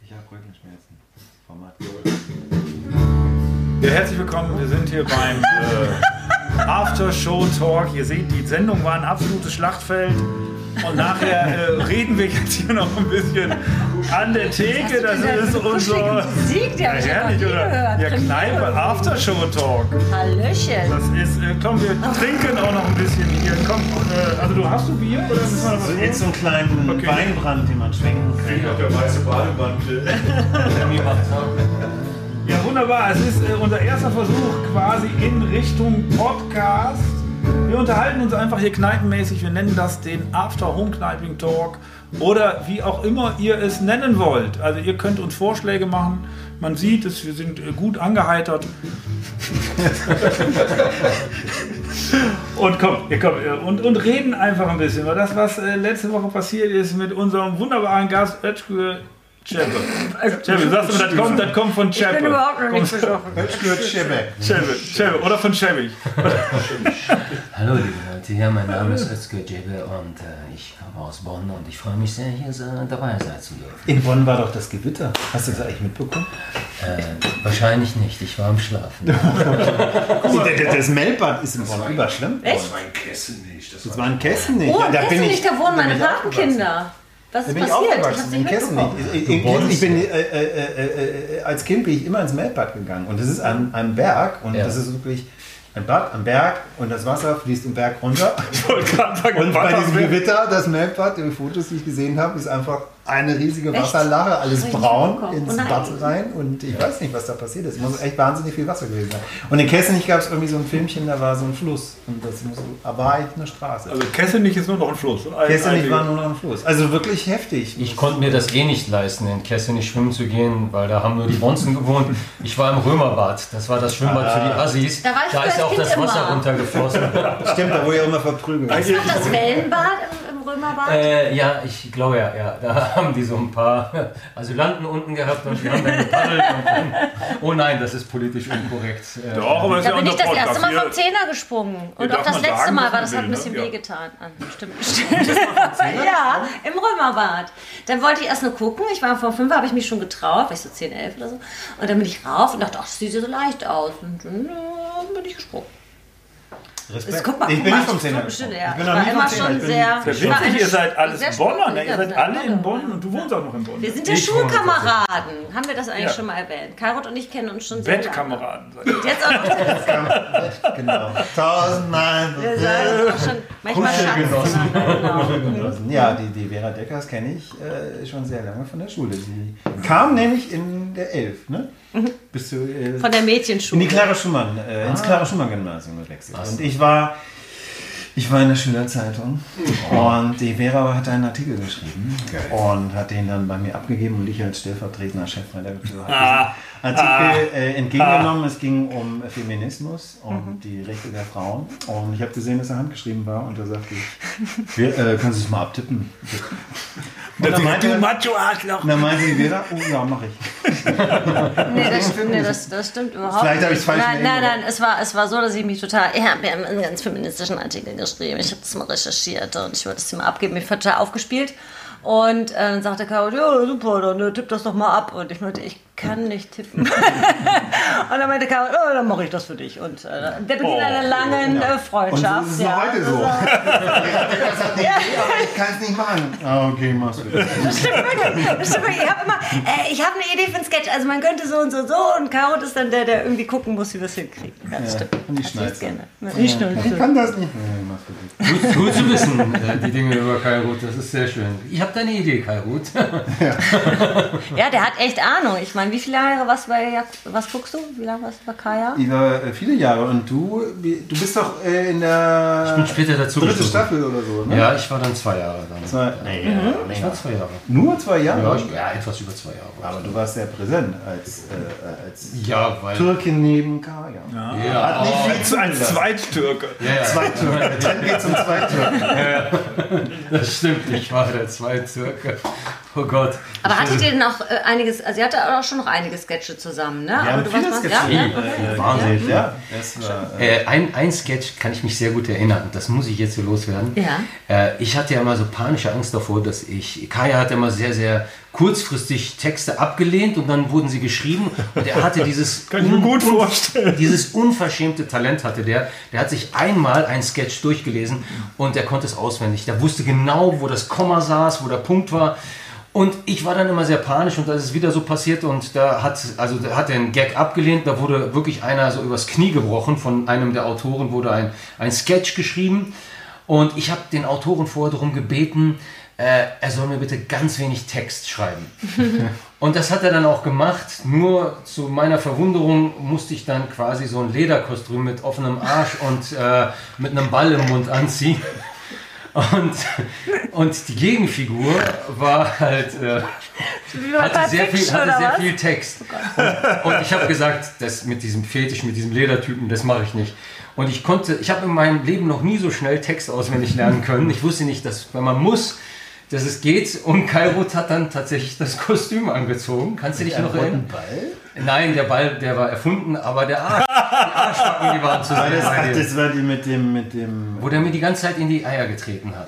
Ich habe Rückenschmerzen. Format. Ja, herzlich willkommen. Wir sind hier beim After-Show-Talk. Ihr seht, die Sendung war ein absolutes Schlachtfeld. Und nachher reden wir jetzt hier noch ein bisschen an der Theke. Das ist unser Musik, die habe ich ja gehört. Ja, Kneipe, After-Show-Talk. Hallöchen. Das ist, komm, wir trinken auch noch ein bisschen hier. Komm, also hast du Bier? Oder müssen wir noch was So jetzt so einen kleinen Weinbrand, den man schwenken kann. Ich habe der weiße Bademantel. Ja, wunderbar. Es ist unser erster Versuch quasi in Richtung Podcast. Wir unterhalten uns einfach hier kneipenmäßig. Wir nennen das den After-Home-Kniping-Talk oder wie auch immer ihr es nennen wollt. Also ihr könnt uns Vorschläge machen. Man sieht es, wir sind gut angeheitert. Und kommt, und reden einfach ein bisschen. Weil das, was letzte Woche passiert ist mit unserem wunderbaren Gast Özgür Çebe. Çebe, sagst du, das kommt von Çebe. Ich bin überhaupt noch nicht besoffen. Çebe, oder von Çebe. Hallo liebe Leute, hier mein Name ist Özgür Çebe und ich komme aus Bonn und ich freue mich sehr, hier dabei sein zu dürfen. In Bonn war doch das Gewitter. Hast du das eigentlich mitbekommen? Wahrscheinlich nicht, ich war am Schlafen. Das Melbad ist in Bonn überschwemmt. Echt? Das war in Kessen nicht. Das war in Kessen nicht. Oh, Ja, da nicht, da wohnen meine Patenkinder. Was ist Da bin ich passiert? Ich aufgewachsen, hab's in nicht Kessen mitbekommen. nicht. Ich bin als Kind bin ich immer ins Melbad gegangen und das ist an einem Berg und das ist wirklich ein Bad am Berg und das Wasser fließt im Berg runter. Ich wollte gerade sagen, Und bei diesem Gewitter, das Melbad, die Fotos, die ich gesehen habe, ist einfach eine riesige Wasserlache, alles Das hab ich braun nicht mitbekommen. ins Oh nein. Bad rein und ich weiß nicht, was da passiert ist. Es muss echt wahnsinnig viel Wasser gewesen sein. Und in Kessenich gab es irgendwie so ein Filmchen, da war so ein Fluss und das war eigentlich eine Straße. Also Kessenich ist nur noch ein Fluss. Kessenich war nur noch ein Fluss. Also wirklich heftig. Ich konnte mir das eh nicht leisten, in Kessenich schwimmen zu gehen, weil da haben nur die Bonzen gewohnt. Ich war im Römerbad, das war das Schwimmbad für die Assis. Da war ich ist ja auch als das Kind Wasser immer. runtergeflossen. Stimmt, da wurde ja immer verprügelt. Ist noch das Wellenbad im Römerbad? Ja, ich glaube ja. Da haben die so ein paar Asylanten unten gehabt und die haben dann gepaddelt und dann, oh nein, das ist politisch unkorrekt. Doch, aber ist Da ja bin ich unser das erste Mal Podcast. vom Zehner gesprungen. Und darf auch das man letzte sagen, Mal, was weil man das hat ein will, bisschen ne? Ja. wehgetan. An bestimmten Stellen. Ja, im Römerbad. Dann wollte ich erst nur gucken. Ich war vor 5, habe ich mich schon getraut, weil ich so 10, 11 oder so. Und dann bin ich rauf und dachte, ach, das sieht ja so leicht aus. Und dann bin ich gesprungen. Respekt. Guck mal, Ich bin nicht vom Zehner. Zehner Bestimmt, gesprungen. ja. Ich bin Ich noch war nie vom immer Zehner. schon Ich bin- sehr... Der ich war witzig, ihr seid sehr alles Bonner, ne? sportlich, Ihr seid ja, alle in genau. Bonn und du wohnst auch noch in Bonn. Wir sind ja Ich wohne Schulkameraden. Haben wir das eigentlich Ja. schon mal erwähnt? Kairot und ich kennen uns schon sehr lange. Bettkameraden seid ihr. Jetzt auch noch. Genau. Tausendmal. Wir sagen auch schon manchmal Schatz zueinander. Genau. Ja, die Vera Deckers kenne ich schon sehr lange von der Schule. Sie kam nämlich in der 11, ne? Bist du, Von der in Mädchenschule. die Clara Schumann, ins Clara Schumann Gymnasium gewechselt. Und ich war in der Schülerzeitung und die Vera hat einen Artikel geschrieben und hat den dann bei mir abgegeben und ich als stellvertretender Chefredakteur habe diesen Artikel entgegengenommen. Es ging um Feminismus und die Rechte der Frauen und ich habe gesehen, dass er handgeschrieben war und da sagte ich, können Sie es mal abtippen? Und dann meinte, Du Macho-Arschloch. und dann meinte die Vera, oh ja, mache ich. Das stimmt überhaupt Vielleicht habe ich es falsch in Nein, Erinnerung. es war so, dass ich mich total... Ich habe ja einen ganz feministischen Artikel geschrieben. Ich habe das mal recherchiert und ich wollte es dir mal abgeben. Ich war total aufgespielt. Und dann sagte Caro, ja super, dann tipp das doch mal ab. Und ich meinte, ich kann nicht tippen. Und dann meinte Caro, oh, dann mache ich das für dich. Und der Beginn einer langen Freundschaft. Und so ist es noch heute so. Ich kann es nicht machen. Ah, okay, machst du. Das stimmt wirklich. Ich habe eine Idee für einen Sketch. Also man könnte so und so und Caro ist dann der irgendwie gucken muss, wie wir es hinkriegen. Ja, das stimmt. Und die Das Schneider. ist gerne. Ich schnell. Ich kann das nicht. Nee, machst du nicht. Gut zu wissen, die Dinge über Kairut, das ist sehr schön. Ich habe deine Idee, Kairut. Ja, der hat echt Ahnung. Ich meine, wie viele Jahre warst du was guckst du? Wie lange warst du bei Kaya? Über viele Jahre. Und du bist doch in der Ich bin später dazu dritte gestoßen. Staffel oder so, ne? Ja, ich war dann 2 Jahre dann. Ich war 2 Jahre. Nur 2 Jahre? Ja, etwas über 2 Jahre. Aber du warst sehr präsent als Ja, weil... Türkin neben Kaya. Ja, Hat nicht viel Als Zweittürke. ja. Zweitürken. Dann geht's um Zweitürken. Das stimmt, ich war der Zweitürke. Oh Gott. Aber hattet ihr denn auch einiges, also ihr hattet auch schon noch einige Sketche zusammen, ne? Wir Aber haben du viele warst Sketche. Wahnsinn. Ja, das war, Ein Sketch kann ich mich sehr gut erinnern, und das muss ich jetzt so loswerden. Ja. Ich hatte ja immer so panische Angst davor, Kaya hat immer sehr, sehr kurzfristig Texte abgelehnt und dann wurden sie geschrieben und er hatte dieses, Kann ich mir gut vorstellen. dieses unverschämte Talent hatte der hat sich einmal ein Sketch durchgelesen und der konnte es auswendig. Der wusste genau, wo das Komma saß, wo der Punkt war. Und ich war dann immer sehr panisch und da ist es wieder so passiert und da hat er einen Gag abgelehnt, da wurde wirklich einer so übers Knie gebrochen, von einem der Autoren wurde ein Sketch geschrieben und ich habe den Autoren vorher darum gebeten, er soll mir bitte ganz wenig Text schreiben. Und das hat er dann auch gemacht, nur zu meiner Verwunderung musste ich dann quasi so ein Lederkostüm mit offenem Arsch und mit einem Ball im Mund anziehen. Und die Gegenfigur war halt, hatte sehr viel Text. Und ich habe gesagt, das mit diesem Fetisch, mit diesem Ledertypen, das mache ich nicht. Und ich habe in meinem Leben noch nie so schnell Text auswendig lernen können. Ich wusste nicht, dass wenn man muss, dass es geht. Und Kai Roth hat dann tatsächlich das Kostüm angezogen. Kannst du dich noch erinnern? Ball? Nein, der Ball, der war erfunden, aber die Arschbacken, die waren zu sehen. Das war die mit dem... Wo der mir die ganze Zeit in die Eier getreten hat.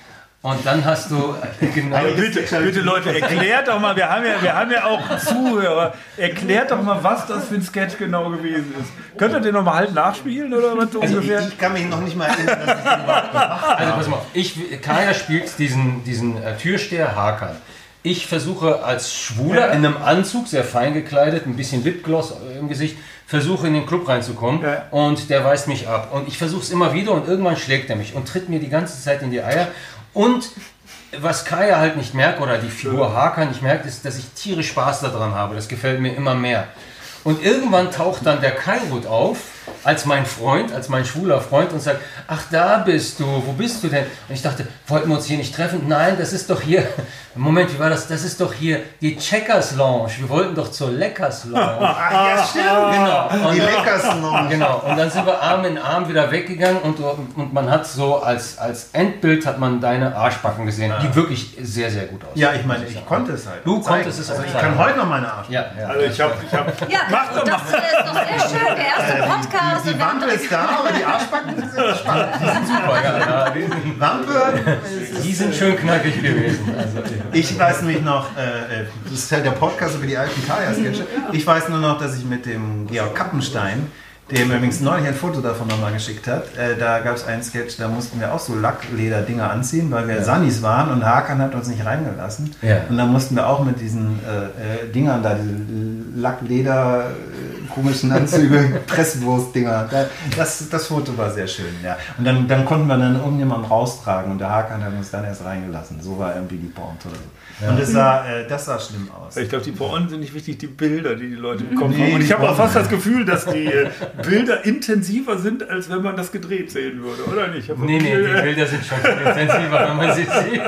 Und dann hast du genau. Bitte Leute, erklärt doch mal, wir haben ja auch Zuhörer, erklärt doch mal, was das für ein Sketch genau gewesen ist. Könnt ihr den noch mal halt nachspielen oder was so ungefähr? Ich kann mich noch nicht mal erinnern, dass ich den überhaupt gemacht habe. Also pass mal, Kaya spielt diesen Türsteher Hakan. Ich versuche als Schwuler in einem Anzug, sehr fein gekleidet, ein bisschen Lipgloss im Gesicht, versuche in den Club reinzukommen und der weist mich ab. Und ich versuche es immer wieder und irgendwann schlägt er mich und tritt mir die ganze Zeit in die Eier. Und was Kaya halt nicht merkt, oder die Figur Hakan nicht merkt, ist, dass ich tierisch Spaß daran habe. Das gefällt mir immer mehr. Und irgendwann taucht dann der Kai Roth auf, als mein Freund, als mein schwuler Freund und sagt, ach, da bist du, wo bist du denn? Und ich dachte, wollten wir uns hier nicht treffen? Nein, das ist doch hier, Moment, wie war das? Das ist doch hier die Checkers Lounge. Wir wollten doch zur Leckers Lounge. Ja, stimmt. Genau. Und Die Leckers Lounge. Genau. Und dann sind wir Arm in Arm wieder weggegangen und man hat so als Endbild hat man deine Arschbacken gesehen, die wirklich sehr, sehr gut aussehen. Ja, ich meine, ich konnte es halt. Du zeigen. konntest es also auch ich zeigen. kann heute noch meine Arschbacken. Ja. Also ich hab Ja, Mach doch das ist doch sehr schön. Der erste Podcast. Die Wampe ist da, aber die Arschbacken sind sehr spannend. Super, ja. Wampe, Die sind schön knackig gewesen. Also, ich weiß nämlich noch, das ist halt der Podcast über die alten Kaya-Sketche. Ich weiß nur noch, dass ich mit dem Georg Kappenstein, der mir übrigens neulich ein Foto davon nochmal geschickt hat, da gab es einen Sketch, da mussten wir auch so Lackleder-Dinger anziehen, weil wir Sannis waren und Hakan hat uns nicht reingelassen. Ja. Und dann mussten wir auch mit diesen Dingern da, diese Lackleder, komischen Anzüge, Presswurst-Dinger. Das Foto war sehr schön, ja. Und dann konnten wir dann irgendjemanden raustragen und der Hakan hat uns dann erst reingelassen. So war irgendwie die Pointe oder so. Ja. Und das sah schlimm aus. Ich glaube, die Pointen sind nicht wichtig, die Bilder, die Leute im Kopf Nee, haben. Und ich die habe auch fast Pointen. das Gefühl, dass die Bilder intensiver sind, als wenn man das gedreht sehen würde, oder nicht? nee, die Bilder sind schon viel intensiver, wenn man sie sieht.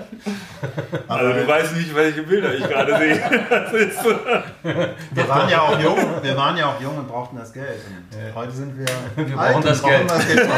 Also du weißt nicht, welche Bilder ich gerade sehe. Das ist so. Wir waren ja auch jung und brauchten das Geld. Und heute sind wir brauchen alt das und brauchen Geld. das Geld.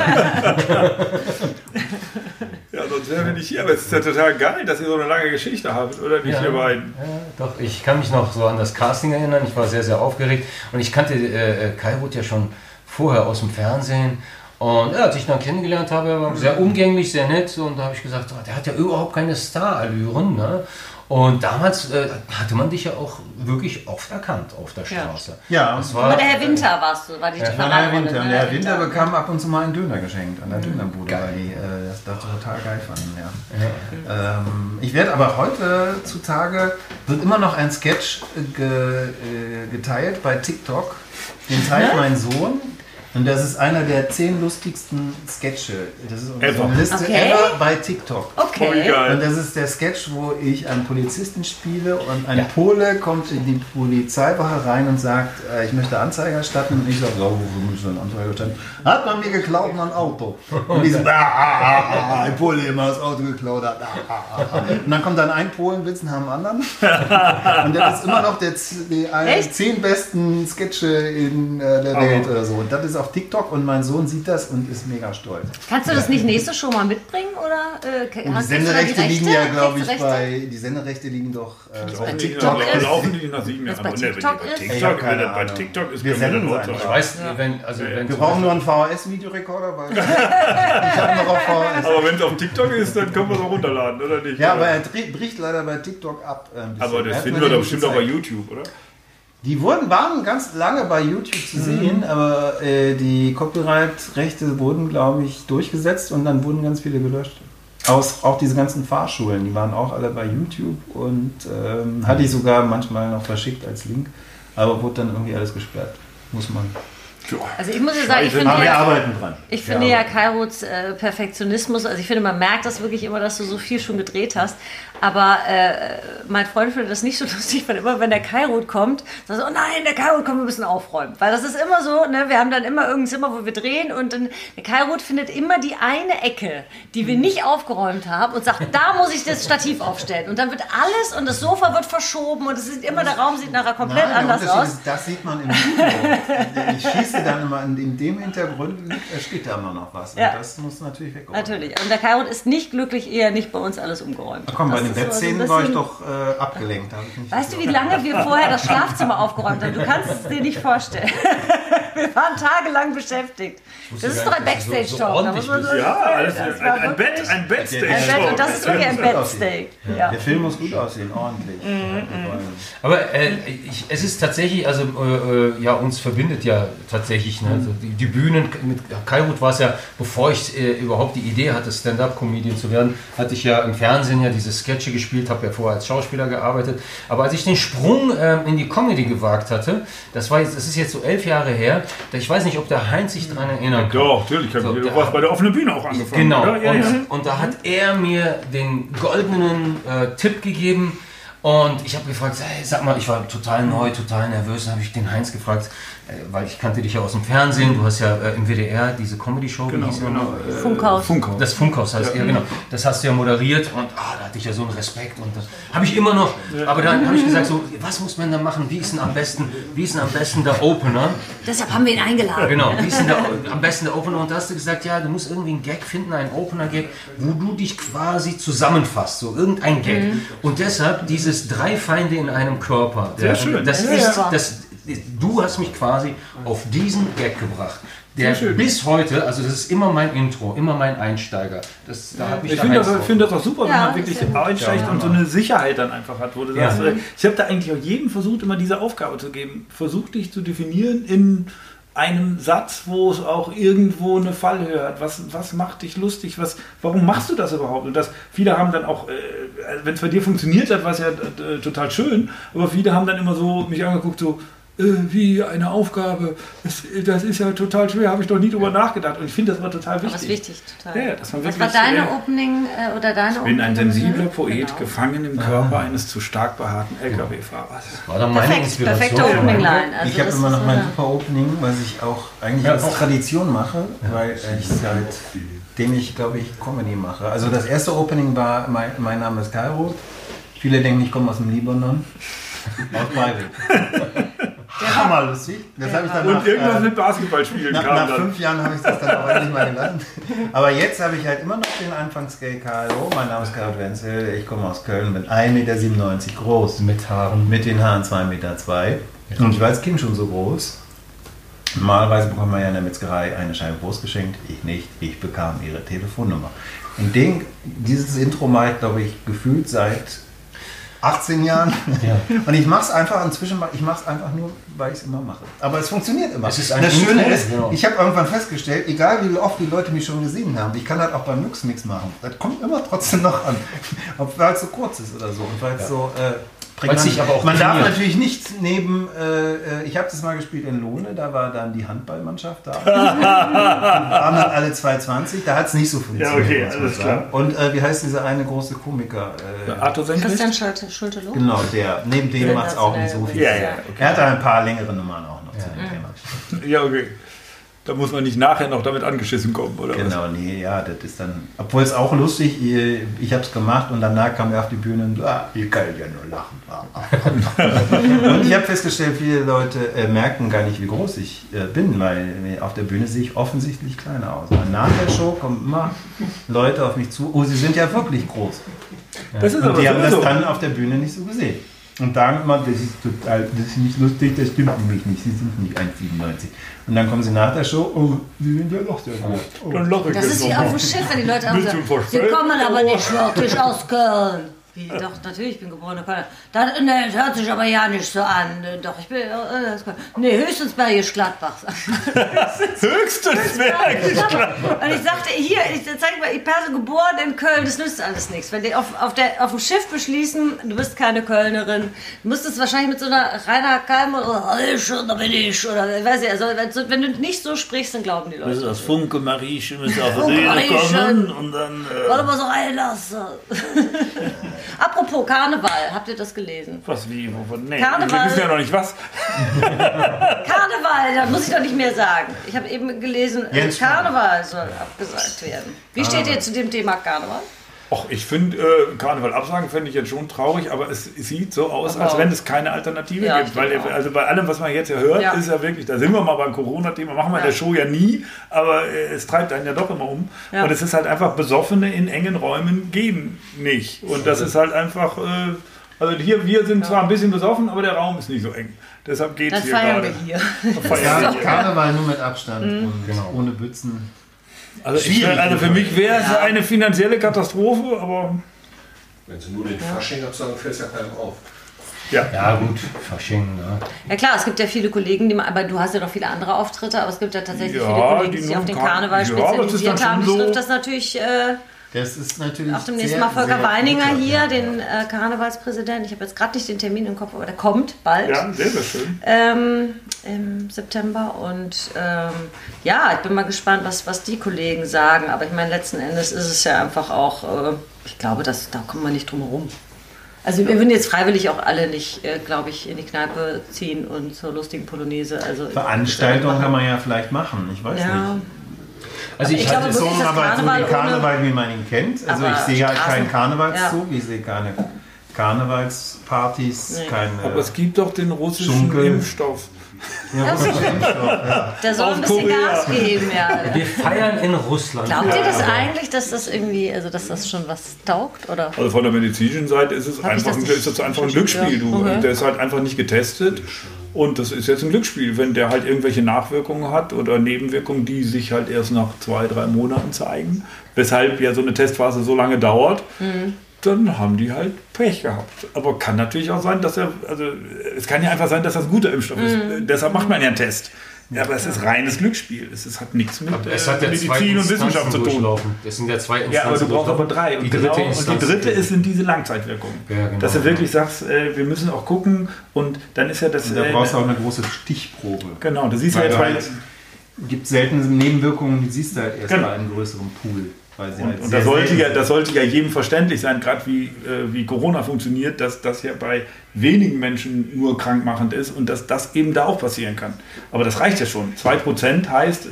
Ja, sonst wären wir nicht hier. Aber es ist ja total geil, dass ihr so eine lange Geschichte habt, oder nicht, ihr beiden? Ja, doch, ich kann mich noch so an das Casting erinnern. Ich war sehr, sehr aufgeregt. Und ich kannte Kai Roth ja schon vorher aus dem Fernsehen. Und als ich ihn dann kennengelernt habe, er war sehr umgänglich, sehr nett. Und da habe ich gesagt, oh, der hat ja überhaupt keine Starallüren. Ne? Und damals hatte man dich ja auch wirklich oft erkannt auf der Straße. Ja, das Aber war, der Herr Winter war die das war der Winter. Und der Herr Winter bekam ab und zu mal einen Döner geschenkt an der Dönerbude, weil die das total geil fanden. Ja. Ich werde aber heutzutage, wird immer noch ein Sketch geteilt bei TikTok. Den teilt mein Sohn. Und das ist einer der 10 lustigsten Sketche. Das ist so eine Liste ever bei TikTok. Okay. Und das ist der Sketch, wo ich einen Polizisten spiele und ein Pole kommt in die Polizeiwache rein und sagt, ich möchte Anzeige erstatten. Und ich sage, ja, wofür muss ich eine Anzeige erstatten? Hat man mir geklaut, mein Auto. Und die so, ein Pole immer das Auto geklaut hat. Und dann kommt dann ein Polenwitz nach dem anderen. Und das ist immer noch die 10 besten Sketche in der Welt oder so. Und das ist auf auf TikTok und mein Sohn sieht das und ist mega stolz. Kannst du das nicht nächste Show mal mitbringen? Oder, die Senderechte liegen ja, glaube ich, die Senderechte liegen doch bei TikTok. Laufen die nach 7 Jahren. Bei TikTok Bei TikTok ist wir senden es. Ich weiß, wir brauchen nur einen VHS-Videorekorder, weil ich habe noch auf VHS. Aber wenn es auf TikTok ist, dann können wir es auch runterladen, oder nicht? Ja, aber er bricht leider bei TikTok ab. Aber das finden wir doch bestimmt auch bei YouTube, oder? Die waren ganz lange bei YouTube zu sehen, aber die Copyright-Rechte wurden, glaube ich, durchgesetzt und dann wurden ganz viele gelöscht. Auch diese ganzen Fahrschulen, die waren auch alle bei YouTube und hatte ich sogar manchmal noch verschickt als Link, aber wurde dann irgendwie alles gesperrt. Muss man. Also ich muss ja sagen, ich finde ja Kairots Perfektionismus, also ich finde, man merkt das wirklich immer, dass du so viel schon gedreht hast, aber mein Freund findet das nicht so lustig, weil immer, wenn der Kairot kommt, sagt er, oh nein, der Kairot kommt, wir müssen aufräumen, weil das ist immer so, ne, wir haben dann immer irgendein Zimmer, wo wir drehen und dann, der Kairot findet immer die eine Ecke, die wir nicht aufgeräumt haben und sagt, da muss ich das Stativ aufstellen und dann wird alles und das Sofa wird verschoben und es sieht immer, der Raum sieht nachher komplett anders aus. Das sieht man im Video. Ich schieße dann immer in dem Hintergrund, steht da immer noch was. Und das muss natürlich weggeräumt werden. Natürlich. Und der Kairot ist nicht glücklich, eher nicht bei uns alles umgeräumt. Ach komm, bei den Bettszenen war ich doch abgelenkt. Weißt du, wie lange wir vorher das Schlafzimmer aufgeräumt haben? Du kannst es dir nicht vorstellen. Wir waren tagelang beschäftigt. Das ist doch ein Backstage-Talk. Ein Backstage-Talk. Und das ist wirklich ein Backstage. Ja. Der Film muss gut aussehen, ordentlich. Aber es ist tatsächlich, also uns verbindet ja tatsächlich, ne? Also die Bühnen, mit Kairot war es ja, bevor ich überhaupt die Idee hatte, Stand-Up-Comedian zu werden, hatte ich ja im Fernsehen ja diese Sketche gespielt, habe ja vorher als Schauspieler gearbeitet, aber als ich den Sprung in die Comedy gewagt hatte, das ist jetzt so 11 Jahre her, ich weiß nicht, ob der Heinz sich daran erinnern kann. Doch, natürlich, du warst bei der offenen Bühne auch angefangen. Genau, oder? Und da hat er mir den goldenen Tipp gegeben. Und ich habe gefragt, hey, sag mal, ich war total neu, total nervös, dann habe ich den Heinz gefragt, weil ich kannte dich ja aus dem Fernsehen, du hast ja im WDR diese Comedy-Show, genau. Funkhaus. Das Funkhaus heißt genau. Das hast du ja moderiert und da hatte ich ja so einen Respekt und das habe ich immer noch. Aber dann habe ich gesagt, so, was muss man da machen? Wie ist denn am besten der Opener? Deshalb haben wir ihn eingeladen. Genau, wie ist denn am besten der Opener? Und da hast du gesagt, ja, du musst irgendwie einen Gag finden, einen Opener-Gag, wo du dich quasi zusammenfasst, so irgendein Gag. Und deshalb dieses 3 Feinde in einem Körper. Sehr schön. Du hast mich quasi auf diesen Gag gebracht. Der bis heute, also das ist immer mein Intro, immer mein Einsteiger. Ich finde das auch super, wenn man wirklich einsteigt und so eine Sicherheit dann einfach hat, wo du sagst, ich habe da eigentlich auch jedem versucht, immer diese Aufgabe zu geben. Versuch dich zu definieren in einem Satz, wo es auch irgendwo eine Fallhöhe hat. Was macht dich lustig? Warum machst du das überhaupt? Und viele haben dann auch, wenn es bei dir funktioniert hat, war es ja total schön, aber viele haben dann immer so mich angeguckt, so, wie eine Aufgabe, das ist ja total schwer, habe ich doch nie drüber nachgedacht. Und ich finde das war total wichtig. Das ist wichtig, total. Ja, dass man Was wirklich, war deine Opening oder deine Opening? Ich bin ein sensibler Poet, gefangen im Körper eines zu stark behaarten LKW-Fahrers. War dann meine Inspiration. Perfekte Opening-Line. Also ich habe immer noch mein super Opening, was ich auch eigentlich als Tradition mache, weil ich seitdem ich, glaube ich, Comedy mache. Also das erste Opening war, mein Name ist Kairot. Viele denken, ich komme aus dem Libanon. Aus Beirut. Hammerlustig. Das habe ich dann und irgendwas mit Basketballspielen kam nach 5 Jahren habe ich das dann auch endlich mal gelassen. Aber jetzt habe ich halt immer noch den Anfangsgag. Hallo, mein Name ist Kairot Wenzel, ich komme aus Köln, bin 1,97 Meter groß. Mit Haaren. Mit den Haaren 2,2 Meter. Und ich war als Kind schon so groß. Normalerweise bekommt man ja in der Metzgerei eine Scheibe Wurst geschenkt. Ich nicht. Ich bekam ihre Telefonnummer. Und dieses Intro mache ich, glaube ich, gefühlt seit 18 Jahren. Ja. Und ich mache es einfach nur, weil ich es immer mache. Aber es funktioniert immer. Das Schöne ist, ich habe irgendwann festgestellt, egal wie oft die Leute mich schon gesehen haben, ich kann das auch beim Luxmix machen. Das kommt immer trotzdem noch an. Weil es so kurz ist oder so. Und weil es so man darf natürlich nicht neben, ich habe das mal gespielt in Lohne, da war dann die Handballmannschaft da. Waren dann alle 2,20, da hat es nicht so funktioniert. Ja, okay, alles klar. Und wie heißt dieser eine große Komiker? Arthur Senkvist? Christian Schulte-Loh? Genau, neben dem macht es auch nicht so viel. Ja, okay. Er hat ein paar längere Nummern auch noch zu dem Thema. Ja, okay. Ja, und ich mache es einfach nur, weil ich es immer mache. Aber es funktioniert immer. Es funktioniert immer. Ja, okay. Und Da muss man nicht nachher noch damit angeschissen kommen, oder genau, was? Nee, ja, das ist dann, obwohl es auch lustig, ich habe es gemacht und danach kam er auf die Bühne und ihr könnt ja nur lachen. Und ich habe festgestellt, viele Leute merken gar nicht, wie groß ich bin, weil auf der Bühne sehe ich offensichtlich kleiner aus. Und nach der Show kommen immer Leute auf mich zu, sie sind ja wirklich groß. Das ist und aber die haben das so. dann auf der Bühne nicht so gesehen. Und dann immer, das ist nicht lustig, das stimmt nämlich nicht, sie sind nicht 1,97. Und dann kommen sie nach der Show, sie sind ja doch sehr groß. Dann lache ich Das ist wie auf dem Schiff, wenn die Leute auch sagen, sie kommen aber nicht wirklich aus Köln. Wie, doch, natürlich, ich bin geborener Kölner. Das hört sich aber ja nicht so an. Doch, ich bin nee, höchstens Bergisch Gladbach. Höchstens Bergisch Gladbach. Und ich sagte, hier, ich zeige mal, ich bin so geboren in Köln, das nützt alles nichts. Wenn die auf dem Schiff beschließen, du bist keine Kölnerin, du müsstest wahrscheinlich mit so einer Rainer Kalm oder da bin ich, oder weiß ich, also wenn du nicht so sprichst, dann glauben die Leute. Das ist das Funke Mariechen, müsste auf die Rede kommen und dann... Warte mal so reinlassen. Apropos Karneval, habt ihr das gelesen? Was, wie, wovon? Nee, Karneval. wir wissen ja noch nicht was. Karneval, da muss ich doch nicht mehr sagen. Ich habe eben gelesen, Jetzt Karneval soll abgesagt werden. Wie steht ihr zu dem Thema Karneval? Och, ich finde, Karneval absagen fände ich jetzt schon traurig, aber es sieht so aus, als wenn es keine Alternative gibt. Weil, also bei allem, was man jetzt ja hört, ist ja wirklich, da sind wir mal beim Corona-Thema, machen wir in der Show ja nie, aber es treibt einen ja doch immer um. Ja. Und es ist halt einfach, Besoffene in engen Räumen gehen nicht. Und das ist halt einfach, also hier, wir sind zwar ein bisschen besoffen, aber der Raum ist nicht so eng. Deshalb geht es hier gerade. Wir hier. Ja, Karneval nur mit Abstand und ohne Bützen. Also für mich wäre es eine finanzielle Katastrophe, aber... Wenn sie nur den Fasching absagen, fällt es ja keinem auf. Ja gut, Fasching, ne? Ja klar, es gibt ja viele Kollegen, aber du hast ja noch viele andere Auftritte, aber es gibt ja tatsächlich viele Kollegen, die sich auf den Karneval spezialisiert haben. Das trifft das natürlich... Das ist natürlich auch demnächst mal Volker Weininger hier, den Karnevalspräsidenten. Ich habe jetzt gerade nicht den Termin im Kopf, aber der kommt bald. Ja, sehr, sehr schön. Im September. Und ich bin mal gespannt, was die Kollegen sagen. Aber ich meine, letzten Endes ist es ja einfach auch, ich glaube, da kommen wir nicht drum herum. Also wir würden jetzt freiwillig auch alle nicht, glaube ich, in die Kneipe ziehen und zur lustigen Polonaise. Also, Veranstaltungen kann man ja vielleicht machen, ich weiß nicht. Also ich glaube, so, wirklich, aber Karneval so den Karneval, wie man ihn kennt. Also ich sehe halt keinen Karnevalszug, ich sehe keine Karnevalspartys, keine... Aber es gibt doch den russischen Impfstoff. Ja, der soll ein bisschen Gas geben, ja. Wir feiern in Russland. Glaubt ihr das eigentlich, dass das irgendwie, also dass das schon was taugt? Oder? Also von der medizinischen Seite ist es einfach ein Glücksspiel. Der ist halt einfach nicht getestet. Und das ist jetzt ein Glücksspiel, wenn der halt irgendwelche Nachwirkungen hat oder Nebenwirkungen, die sich halt erst nach 2-3 Monaten zeigen, weshalb ja so eine Testphase so lange dauert, dann haben die halt Pech gehabt. Aber kann natürlich auch sein, dass es kann ja einfach sein, dass das ein guter Impfstoff ist. Deshalb macht man ja einen Test. Ja, aber es ist reines Glücksspiel. Es hat nichts mit Medizin und Wissenschaft zu tun. Das sind ja 2 Instanzen. Ja, aber du brauchst aber 3. Und die dritte sind diese Langzeitwirkungen. Ja, genau. Dass du wirklich sagst, wir müssen auch gucken. Und dann ist ja das... Da brauchst du auch eine große Stichprobe. Genau, du siehst ja jetzt... Gibt selten Nebenwirkungen, die siehst du halt erst bei einem größeren Pool. Und das sollte ja jedem verständlich sein, gerade wie Corona funktioniert, dass das ja bei wenigen Menschen nur krankmachend ist und dass das eben da auch passieren kann. Aber das reicht ja schon. 2% heißt,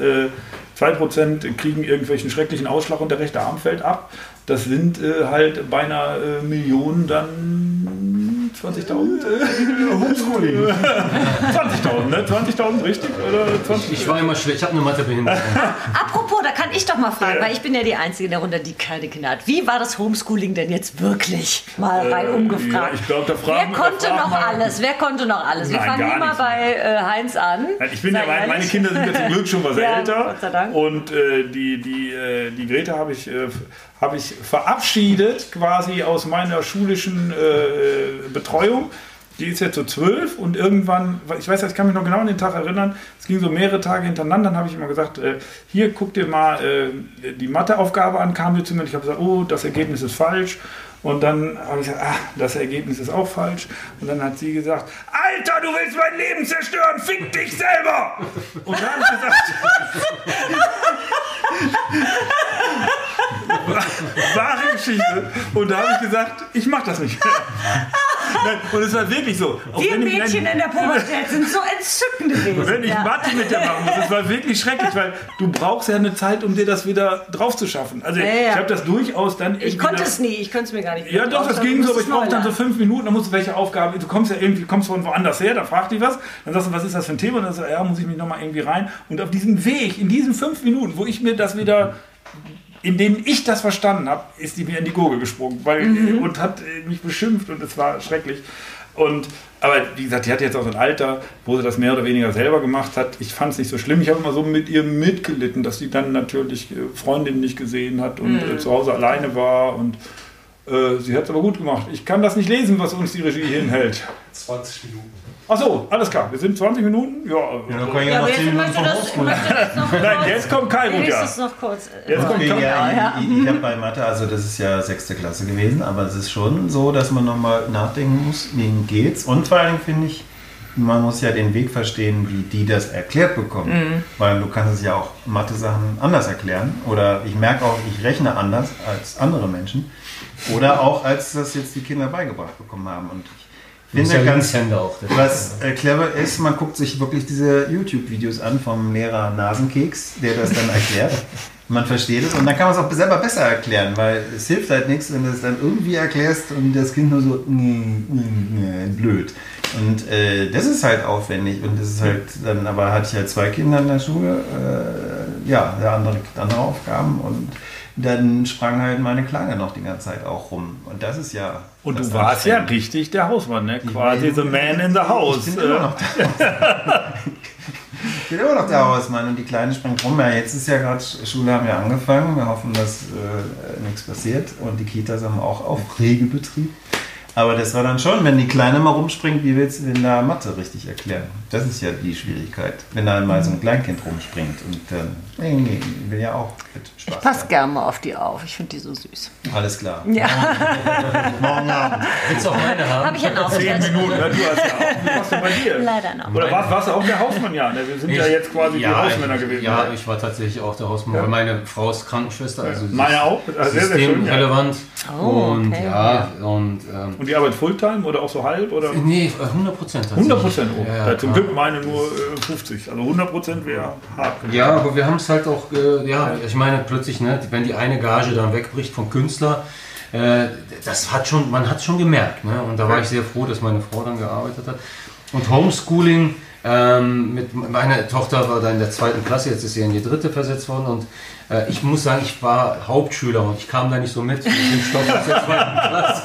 2% kriegen irgendwelchen schrecklichen Ausschlag und der rechte Arm fällt ab. Das sind halt bei einer Million dann 20.000. Homeschooling. 20.000, ne? 20.000, richtig? Oder 20? Ich war immer schlecht, ich habe eine Mathebehinderung. Apropos, da kann ich doch mal fragen, weil ich bin ja die Einzige in der Runde, die keine Kinder hat. Wie war das Homeschooling denn jetzt wirklich? Mal rein umgefragt. Ja, ich glaube, Wer konnte noch alles? Wir fangen hier mal bei Heinz an. Ich bin ja, meine Kinder sind ja zum Glück schon was älter. Gott sei Dank. Und die Greta habe ich verabschiedet quasi aus meiner schulischen Betreuung. Die ist jetzt so 12 und irgendwann, ich kann mich noch genau an den Tag erinnern, es ging so mehrere Tage hintereinander, dann habe ich immer gesagt, hier, guck dir mal die Matheaufgabe an, kam sie zu mir und ich habe gesagt, oh, das Ergebnis ist falsch. Und dann habe ich gesagt, das Ergebnis ist auch falsch. Und dann hat sie gesagt, Alter, du willst mein Leben zerstören, fick dich selber! Und da habe ich gesagt, wahre Geschichte. Und da habe ich gesagt, ich mache das nicht mehr. Und es war wirklich so. Wir Mädchen in der Pubertät sind so entzückend gewesen. Wenn ich Mathe mit dir machen muss, das war wirklich schrecklich, weil du brauchst ja eine Zeit, um dir das wieder drauf zu schaffen. Also ich habe das durchaus dann Ich konnte es nie, ich könnte es mir gar nicht. Ja doch, das ging so, aber ich brauche dann so 5 Minuten, dann musst du welche Aufgaben, du kommst von woanders her, da fragt die was, dann sagst du, was ist das für ein Thema? Und dann sagst du, ja, muss ich mich nochmal irgendwie rein. Und auf diesem Weg, in diesen 5 Minuten, wo ich mir das wieder, in denen ich das verstanden habe, ist die mir in die Gurgel gesprungen und hat mich beschimpft und es war schrecklich. Aber wie gesagt, die hat jetzt auch so ein Alter, wo sie das mehr oder weniger selber gemacht hat. Ich fand es nicht so schlimm. Ich habe immer so mit ihr mitgelitten, dass sie dann natürlich Freundinnen nicht gesehen hat und zu Hause alleine war. Und sie hat es aber gut gemacht. Ich kann das nicht lesen, was uns die Regie hinhält. 20 Minuten. Ach so, alles klar. Wir sind 20 Minuten? Ja. Dann können wir noch 10 Minuten vom Homeschooling. Nein, jetzt kommt Kairo, ja. Noch kurz. Jetzt kommt Kairo. Ich habe bei Mathe, also das ist ja 6. Klasse gewesen, aber es ist schon so, dass man nochmal nachdenken muss, wie geht's. Und vor allem finde ich, man muss ja den Weg verstehen, wie die das erklärt bekommen. Weil du kannst es ja auch Mathe-Sachen anders erklären. Oder ich merke auch, ich rechne anders als andere Menschen. Oder auch, als das jetzt die Kinder beigebracht bekommen haben. Und ich finde ganz, was clever ist, man guckt sich wirklich diese YouTube-Videos an vom Lehrer Nasenkeks, der das dann erklärt. Man versteht es und dann kann man es auch selber besser erklären, weil es hilft halt nichts, wenn du es dann irgendwie erklärst und das Kind nur so blöd. Und das ist halt aufwendig und das ist halt dann, aber hatte ich halt 2 Kinder in der Schule, der andere kriegt andere Aufgaben und dann sprang halt meine Kleine noch die ganze Zeit auch rum. Und das ist ja... Und du warst ja richtig der Hausmann, ne? Quasi the man in the house. Ich bin immer noch der Hausmann und die Kleine springt rum. Ja, jetzt ist ja gerade, Schule haben ja angefangen. Wir hoffen, dass nichts passiert. Und die Kitas haben auch auf Regelbetrieb. Aber das war dann schon, wenn die Kleine mal rumspringt, wie willst du denn da Mathe richtig erklären? Das ist ja die Schwierigkeit. Wenn da mal so ein Kleinkind rumspringt und dann, nee, will ja auch mit Spaß. Ich passe gerne mal auf die auf, ich finde die so süß. Alles klar. Ja. Morgen Abend. Willst du auch meine haben? Habe ich ja auch 10 Minuten, ja, du hast ja auch. Wie warst du bei dir? Leider noch. Oder warst du auch der Hausmann? Ja, ne? Wir sind ja jetzt quasi die Hausmänner gewesen. Ja, ich war tatsächlich auch der Hausmann, weil meine Frau ist Krankenschwester. Also meine auch, sehr, sehr schön. Relevant. Oh, okay. Und die arbeitet Fulltime oder auch so halb? Oder? Nee, 100%. 100%? Oh. Ja, zum Glück meine nur 50. Also 100% wäre hart. Ja, aber wir haben es halt auch, ich meine plötzlich, ne, wenn die eine Gage dann wegbricht vom Künstler, man hat es schon gemerkt. Ne? Und da war ich sehr froh, dass meine Frau dann gearbeitet hat. Und Homeschooling, meine Tochter war da in der 2. Klasse, jetzt ist sie in die 3. versetzt worden und ich muss sagen, ich war Hauptschüler und ich kam da nicht so mit dem Stoff aus der 2. Klasse.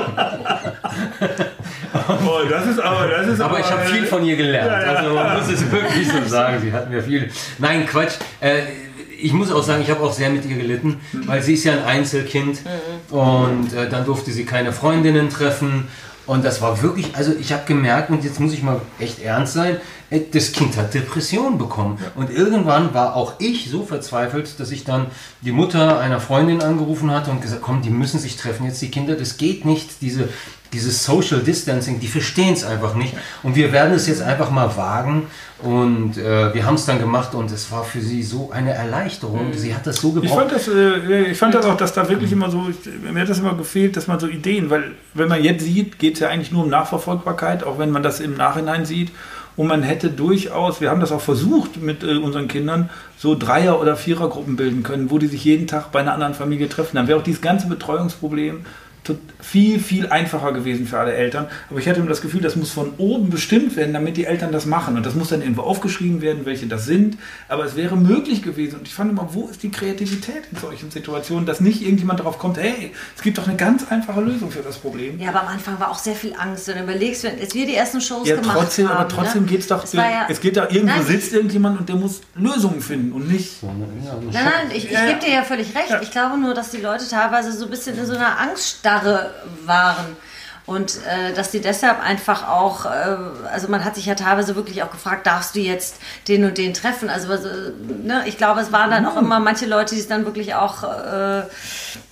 Aber ich habe viel von ihr gelernt, also man muss es wirklich so sagen, sie hat mir viel... Nein, Quatsch. Ich muss auch sagen, ich habe auch sehr mit ihr gelitten, weil sie ist ja ein Einzelkind und dann durfte sie keine Freundinnen treffen. Und das war wirklich, also ich habe gemerkt, und jetzt muss ich mal echt ernst sein, das Kind hat Depressionen bekommen. Und irgendwann war auch ich so verzweifelt, dass ich dann die Mutter einer Freundin angerufen hatte und gesagt, komm, die müssen sich treffen jetzt, die Kinder, das geht nicht, dieses Social Distancing, die verstehen es einfach nicht. Und wir werden es jetzt einfach mal wagen. Und wir haben es dann gemacht und es war für sie so eine Erleichterung. Sie hat das so gebraucht. Ich fand das auch, dass da wirklich immer so, mir hat das immer gefehlt, dass man so Ideen, weil wenn man jetzt sieht, geht es ja eigentlich nur um Nachverfolgbarkeit, auch wenn man das im Nachhinein sieht. Und man hätte durchaus, wir haben das auch versucht mit unseren Kindern, so 3er- oder 4er-Gruppen bilden können, wo die sich jeden Tag bei einer anderen Familie treffen. Dann wäre auch dieses ganze Betreuungsproblem viel, viel einfacher gewesen für alle Eltern. Aber ich hatte immer das Gefühl, das muss von oben bestimmt werden, damit die Eltern das machen. Und das muss dann irgendwo aufgeschrieben werden, welche das sind. Aber es wäre möglich gewesen. Und ich fand immer, wo ist die Kreativität in solchen Situationen, dass nicht irgendjemand darauf kommt, hey, es gibt doch eine ganz einfache Lösung für das Problem. Ja, aber am Anfang war auch sehr viel Angst. Wenn du überlegst, als wir die ersten Shows gemacht haben. Aber trotzdem ne? geht es doch, es geht da irgendwo sitzt irgendjemand und der muss Lösungen finden und nicht... Nein, ich gebe dir ja völlig recht. Ja. Ich glaube nur, dass die Leute teilweise so ein bisschen in so einer Angststarre waren und dass die deshalb einfach auch, also man hat sich ja teilweise wirklich auch gefragt, darfst du jetzt den und den treffen? Also ne, ich glaube, es waren dann auch immer manche Leute, die es dann wirklich auch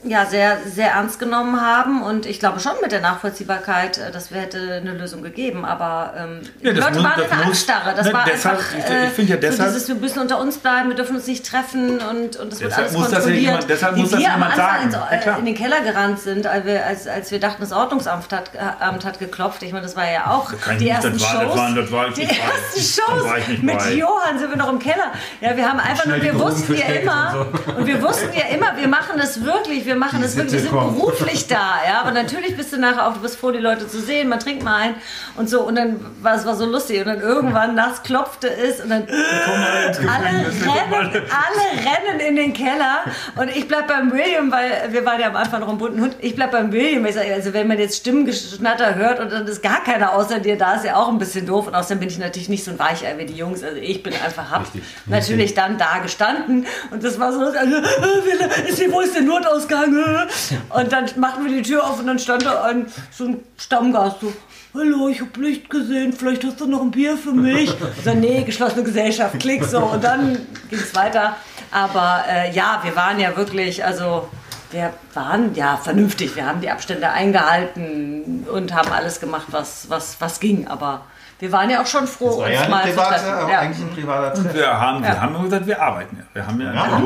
ja, sehr, sehr ernst genommen haben und ich glaube schon mit der Nachvollziehbarkeit, dass wir hätte eine Lösung gegeben, aber die Leute waren in der Anstarre. Das war deshalb, einfach ich finde ja deshalb, so dieses, wir müssen unter uns bleiben, wir dürfen uns nicht treffen und es wird alles kontrolliert. Deshalb muss das jemand sagen. In den Keller gerannt sind, als wir dachten, das Ordnungsamt hat geklopft. Ich meine, das war ja auch die ersten Shows. Die ersten Shows mit Johann sind wir noch im Keller. Ja, wir haben einfach nur, wir wussten ja immer, wir machen das wirklich, wir sind beruflich da, ja, aber natürlich bist du nachher auch, du bist froh, die Leute zu sehen, man trinkt mal ein und so und dann war es so lustig und dann irgendwann nachts klopfte es und dann alle rennen in den Keller und ich bleib beim William, weil wir waren ja am Anfang noch im bunten Hund, ich bleib beim William, ich sage, also wenn man jetzt Stimmengeschnatter hört und dann ist gar keiner außer dir da, ist ja auch ein bisschen doof und außerdem bin ich natürlich nicht so ein Weichei wie die Jungs, also ich bin einfach, natürlich dann da gestanden und das war so, wo ist der Notausgang? Und dann machten wir die Tür auf und dann stand da so ein Stammgast so, hallo, ich hab Licht gesehen, vielleicht hast du noch ein Bier für mich? So, nee, geschlossene Gesellschaft, klick so und dann ging es weiter. Aber ja, wir waren ja wirklich, also wir waren ja vernünftig, wir haben die Abstände eingehalten und haben alles gemacht, was ging, aber wir waren ja auch schon froh, uns ja mal zu treffen. Eigentlich ein privater Treffen. Wir haben gesagt, wir arbeiten ja. Wir haben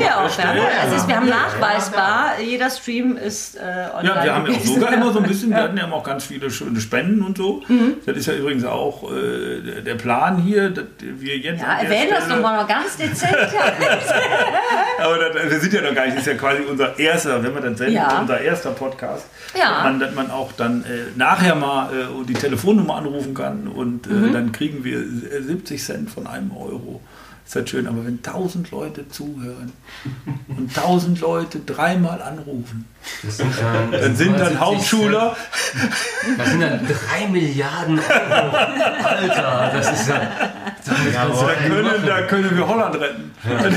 nachweisbar, jeder Stream ist online. Ja, wir haben ja auch sogar immer so ein bisschen, wir hatten ja auch ganz viele schöne Spenden und so. Das ist ja übrigens auch der Plan hier, dass wir jetzt... Ja, erwähnen das doch mal noch ganz dezent. Aber wir sind ja noch gar nicht, das ist ja quasi unser erster, wenn wir dann senden, unser erster Podcast. Ja. Dass man auch dann nachher mal die Telefonnummer anrufen kann und dann kriegen wir 70 Cent von einem Euro. Ist halt schön, aber wenn 1000 Leute zuhören und 1000 Leute dreimal anrufen, dann sind dann Hauptschüler. Das sind dann 3 Milliarden Euro. Alter, das ist ja... Da können wir Holland retten.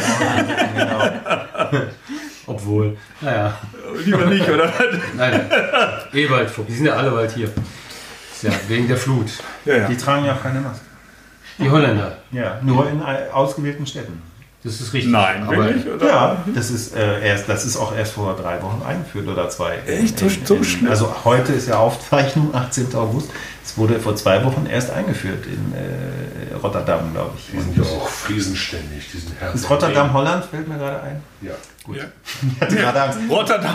Genau. Obwohl, naja. Lieber nicht, oder? Nein, bald, die sind ja alle bald hier. Ja, wegen der Flut. Ja. Die tragen ja auch keine Maske. Die Holländer? Ja, nur in ausgewählten Städten. Das ist richtig. Nein, wirklich? Oder? Ja, das ist auch erst vor 3 Wochen eingeführt oder 2. Echt? So schnell? Also heute ist ja Aufzeichnung, 18. August. Es wurde vor 2 Wochen erst eingeführt in Rotterdam, glaube ich. Die sind ja auch friesenständig, diesen Herren. Ist Rotterdam Holland? Fällt mir gerade ein. Ja. Gut. Ja. Ich hatte gerade Angst. Rotterdam.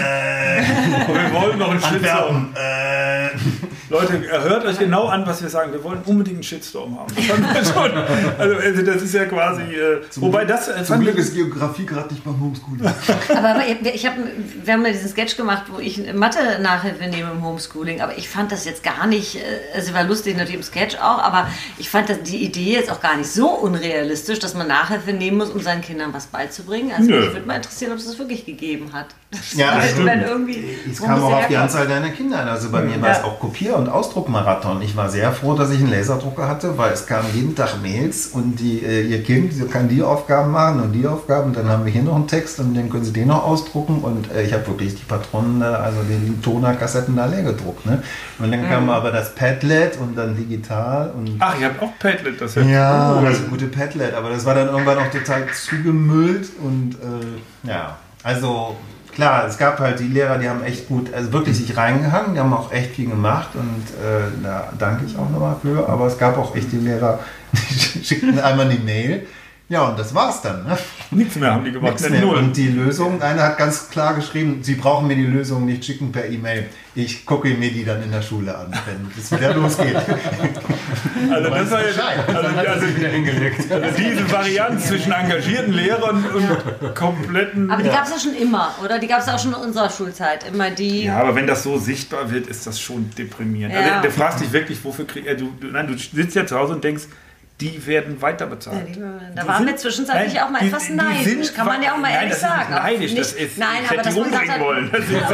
Wir wollen noch einen Shitstorm. Leute, hört euch genau an, was wir sagen. Wir wollen unbedingt einen Shitstorm haben. Also das ist ja quasi... wobei das... Zum Glück ist Geografie gerade nicht beim Homeschooling. Aber wir haben ja diesen Sketch gemacht, wo ich Mathe Nachhilfe nehme im Homeschooling. Aber ich fand das jetzt gar nicht... Also war lustig natürlich im Sketch auch, aber ich fand die Idee jetzt auch gar nicht so unrealistisch, dass man Nachhilfe nehmen muss, um seinen Kindern was beizubringen. Also mich würde mal interessieren, ob es das wirklich gegeben hat. Ja, es kam auch auf die Anzahl deiner Kinder an. Also bei mir war es auch Kopier- und Ausdruckmarathon. Ich war sehr froh, dass ich einen Laserdrucker hatte, weil es kamen jeden Tag Mails und ihr Kind kann die Aufgaben machen und die Aufgaben. Und dann haben wir hier noch einen Text und dann können sie den noch ausdrucken. Und ich habe wirklich die Patronen, also die Tonerkassetten da leer gedruckt. Ne? Und dann kam aber das Padlet und dann digital. Und ach, ihr habt auch Padlet. Das das gute Padlet. Aber das war dann irgendwann auch total zugemüllt. Und also... Klar, es gab halt die Lehrer, die haben echt gut, also wirklich sich reingehangen, die haben auch echt viel gemacht und da danke ich auch nochmal für, aber es gab auch echt die Lehrer, die schickten einmal die Mail, ja und das war's dann. Ne? Nichts mehr haben die gemacht. Nichts mehr. Und die Lösung, einer hat ganz klar geschrieben, Sie brauchen mir die Lösung nicht schicken per E-Mail. Ich gucke mir die dann in der Schule an, wenn es wieder losgeht. Also das war jetzt, wieder hingelegt. Also diese Varianz zwischen engagierten Lehrern und kompletten... Aber die gab es ja schon immer, oder? Die gab es auch schon in unserer Schulzeit. Immer die... Ja, aber wenn das so sichtbar wird, ist das schon deprimierend. Ja. Also, du fragst dich wirklich, wofür kriegst du... Du sitzt ja zu Hause und denkst, die werden weiter bezahlt. Da waren wir zwischendurch auch mal etwas neidisch. Kann man ja auch mal ehrlich sagen. Neidisch, nicht, das ist, nein, ich aber hätte das die umbringen wollen.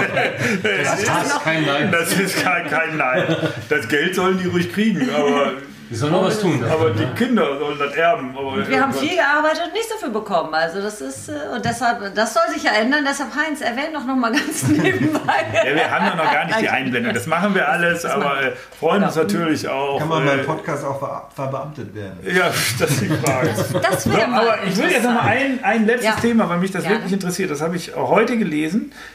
Das ist kein Nein. Das Geld sollen die ruhig kriegen, aber... Die sollen noch was tun. Aber die Kinder sollen das erben. Aber wir haben viel gearbeitet und nichts dafür bekommen. Also das ist, und deshalb, das soll sich ja ändern. Deshalb, Heinz, erwähnt doch noch mal ganz nebenbei. Ja, wir haben ja noch gar nicht die Einblendung. Das machen wir alles, aber freuen uns natürlich auch. Kann man beim Podcast auch verbeamtet werden? Ja, das ist die Frage. Das wäre mal aber ich will jetzt noch mal ein letztes Thema, weil mich das wirklich interessiert. Das habe ich heute gelesen.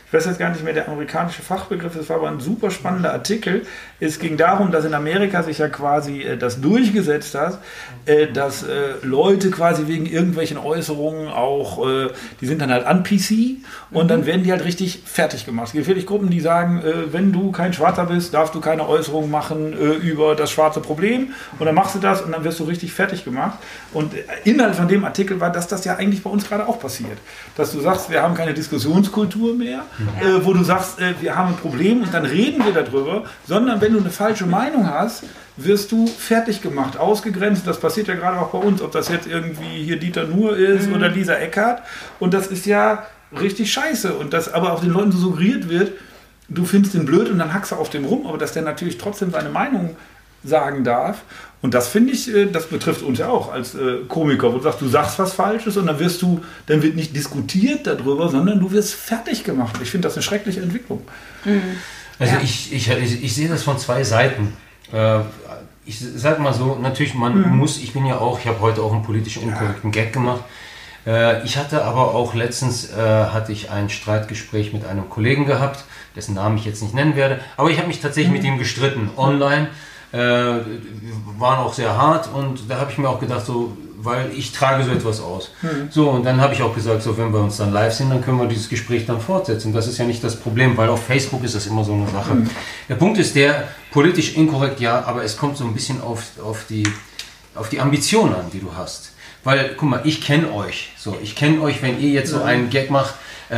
ich weiß jetzt gar nicht mehr der amerikanische Fachbegriff, es war aber ein super spannender Artikel. Es ging darum, dass in Amerika sich ja quasi das durchgesetzt hat, dass Leute quasi wegen irgendwelchen Äußerungen auch, die sind dann halt an PC und dann werden die halt richtig fertig gemacht. Es gibt wirklich Gruppen, die sagen, wenn du kein Schwarzer bist, darfst du keine Äußerungen machen über das schwarze Problem und dann machst du das und dann wirst du richtig fertig gemacht. Und Inhalt von dem Artikel war, dass das ja eigentlich bei uns gerade auch passiert. Dass du sagst, wir haben keine Diskussionskultur mehr, wo du sagst, wir haben ein Problem und dann reden wir darüber, sondern wenn du eine falsche Meinung hast, wirst du fertig gemacht, ausgegrenzt. Das passiert ja gerade auch bei uns, ob das jetzt irgendwie hier Dieter Nuhr ist oder Lisa Eckhardt. Und das ist ja richtig scheiße. Und das aber auch den Leuten so suggeriert wird, du findest den blöd und dann hackst du auf dem rum, aber dass der natürlich trotzdem seine Meinung sagen darf. Und das finde ich, das betrifft uns ja auch als Komiker, wo du sagst, du sagst was Falsches und dann wird nicht diskutiert darüber, sondern du wirst fertig gemacht. Ich finde das eine schreckliche Entwicklung. Also ich sehe das von zwei Seiten. Ich sage mal so, natürlich, ich habe heute auch einen politisch unkorrekten Gag gemacht. Ich hatte aber auch letztens ein Streitgespräch mit einem Kollegen gehabt, dessen Namen ich jetzt nicht nennen werde, aber ich habe mich tatsächlich mit ihm gestritten, online. Waren auch sehr hart und da habe ich mir auch gedacht, so, weil ich trage so etwas aus. So, und dann habe ich auch gesagt, so, wenn wir uns dann live sehen, dann können wir dieses Gespräch dann fortsetzen. Das ist ja nicht das Problem, weil auf Facebook ist das immer so eine Sache. Der Punkt ist politisch inkorrekt, ja, aber es kommt so ein bisschen auf die Ambition an, die du hast. Weil, guck mal, ich kenne euch. So, ich kenne euch, wenn ihr jetzt so einen Gag macht,